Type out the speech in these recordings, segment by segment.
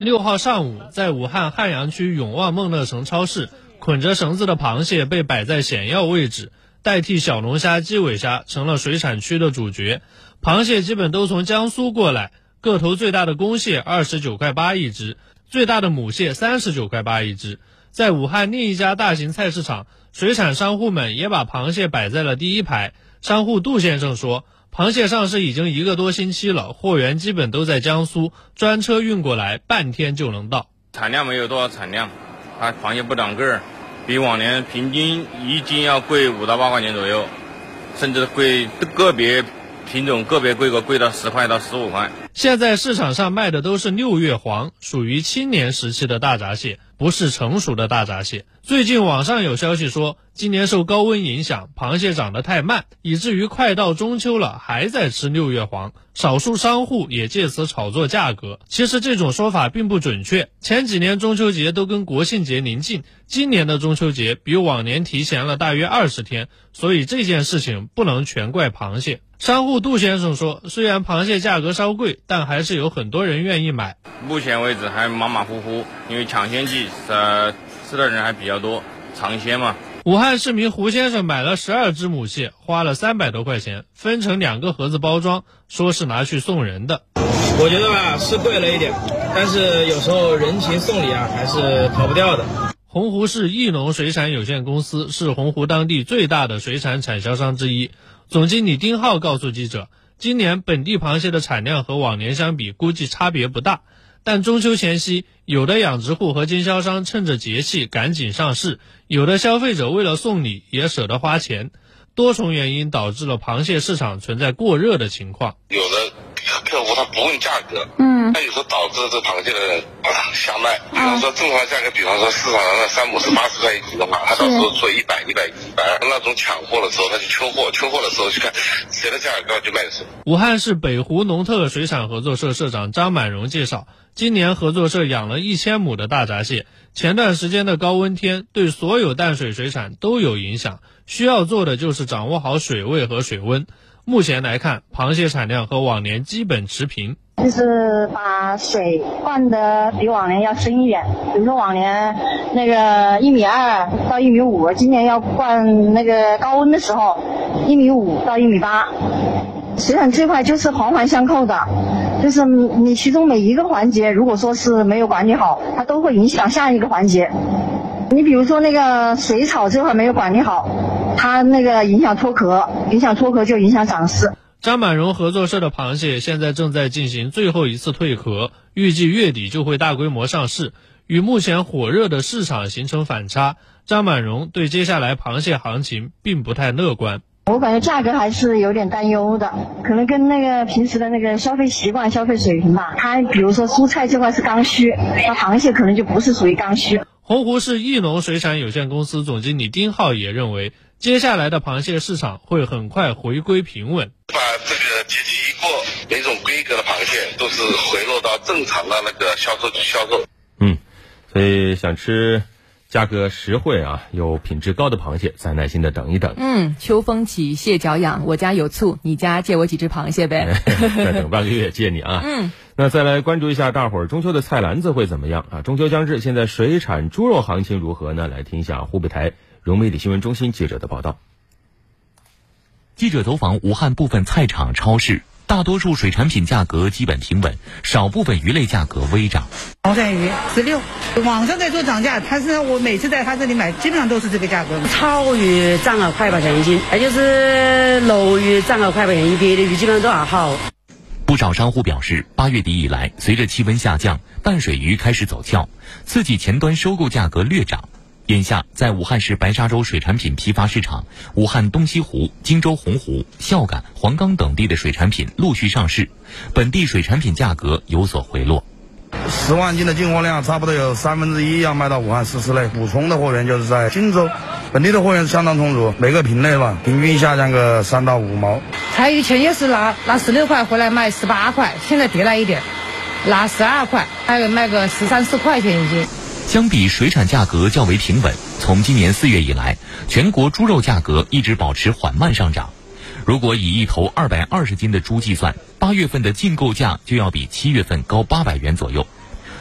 6号上午，在武汉汉阳区永旺梦乐城超市，捆着绳子的螃蟹被摆在显要位置，代替小龙虾、基尾虾成了水产区的主角。螃蟹基本都从江苏过来，个头最大的公蟹29.8块一只，最大的母蟹39.8块一只。在武汉另一家大型菜市场，水产商户们也把螃蟹摆在了第一排。商户杜先生说，螃蟹上市已经1个多星期了，货源基本都在江苏，专车运过来半天就能到。 产量没有多少产量，它螃蟹不长个儿，比往年平均1斤要贵5到8块钱左右，甚至贵个别品种个别贵到10块到15块。 现在市场上卖的都是6月黄，属于青年时期的大闸蟹，不是成熟的大闸蟹。最近网上有消息说，今年受高温影响，螃蟹长得太慢，以至于快到中秋了还在吃6月黄。少数商户也借此炒作价格。其实这种说法并不准确，前几年中秋节都跟国庆节临近，今年的中秋节比往年提前了大约20天，所以这件事情不能全怪螃蟹。商户杜先生说，虽然螃蟹价格稍贵，但还是有很多人愿意买。 目前为止还马马虎虎，因为抢鲜季吃的人还比较多，尝鲜嘛。 武汉市民胡先生买了12只母蟹，花了300多块钱，分成2个盒子包装，说是拿去送人的。 我觉得吧，是贵了一点，但是有时候人情送礼啊，还是逃不掉的。 洪湖市益农水产有限公司是洪湖当地最大的水产产销商之一。总经理丁浩告诉记者，今年本地螃蟹的产量和往年相比估计差别不大，但中秋前夕，有的养殖户和经销商趁着节气赶紧上市，有的消费者为了送礼也舍得花钱，多重原因导致了螃蟹市场存在过热的情况。 有的客户他不问价格，他有时候导致这螃蟹的瞎卖。比方说正常价格，比方说市场上的3母是80块一斤的话，他到时候说100、120，那种抢货的时候他就缺货的时候就看谁的价格高就卖谁。 武汉市北湖农特水产合作社社长张满荣介绍，今年合作社养了1000亩的大闸蟹，前段时间的高温天对所有淡水水产都有影响，需要做的就是掌握好水位和水温。目前来看，螃蟹产量和往年基本持平， 就是把水灌得比往年要深一点，比如说往年那个1.2米到1.5米，今年要灌那个高温的时候1.5米到1.8米。水产这块就是环环相扣的，就是你其中每一个环节如果说是没有管理好，它都会影响下一个环节。你比如说那个水草这块没有管理好，它那个影响脱壳就影响长势。 张满荣合作社的螃蟹现在正在进行最后一次蜕壳，预计月底就会大规模上市，与目前火热的市场形成反差。张满荣对接下来螃蟹行情并不太乐观。 我感觉价格还是有点担忧的，可能跟那个平时的那个消费习惯、消费水平吧。它比如说蔬菜这块是刚需，那螃蟹可能就不是属于刚需。 洪湖市益农水产有限公司总经理丁浩也认为，接下来的螃蟹市场会很快回归平稳。 把这个节气一过，每种规格的螃蟹都是回落到正常的那个销售。 所以想吃价格实惠啊，有品质高的螃蟹，再耐心的等一等。 秋风起，蟹脚痒，我家有醋，你家借我几只螃蟹呗。 再等半个月借你啊。那再来关注一下大伙儿中秋的菜篮子会怎么样啊？中秋将至，现在水产猪肉行情如何呢？来听一下湖北台融媒体新闻中心记者的报道。 记者走访武汉部分菜场、超市，大多数水产品价格基本平稳，少部分鱼类价格微涨。 黄鳝鱼16，网上在做涨价，但是我每次在他这里买，基本上都是这个价格。 草鱼涨2块钱一斤，那就是鲈鱼涨2块钱一斤，别的鱼基本上都还好。 不少商户表示，8月底以来，随着气温下降，淡水鱼开始走俏，刺激前端收购价格略涨。眼下，在武汉市白沙洲水产品批发市场、武汉东西湖、荆州洪湖、孝感、黄冈等地的水产品陆续上市，本地水产品价格有所回落。 10万斤的进货量，差不多有1/3要卖到武汉市市内，补充的货源就是在荆州，本地的货源相当充足，每个品类吧，平均下降个3到5毛。 他以前也是拿16块回来卖18块，现在跌了一点，拿12块，还有卖个13、14块钱一斤。 相比水产价格较为平稳，从今年4月以来，全国猪肉价格一直保持缓慢上涨。如果以一头220斤的猪计算，8月份的进购价就要比7月份高800元左右。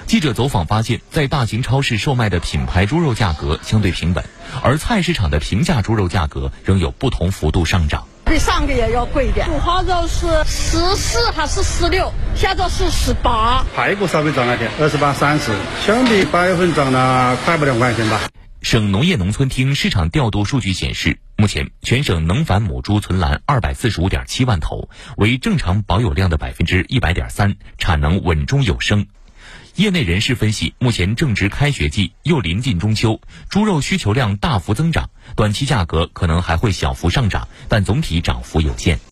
记者走访发现，在大型超市售卖的品牌猪肉价格相对平稳，而菜市场的平价猪肉价格仍有不同幅度上涨。 比上个月要贵一点，五花肉是14还是16，现在是18。 排骨稍微涨了点，28、30，相比8月份涨了快不2块钱吧。 省农业农村厅市场调度数据显示，目前全省能繁母猪存栏245.7万头，为正常保有量的100.3%，产能稳中有升。业内人士分析，目前正值开学季，又临近中秋，猪肉需求量大幅增长，短期价格可能还会小幅上涨，但总体涨幅有限。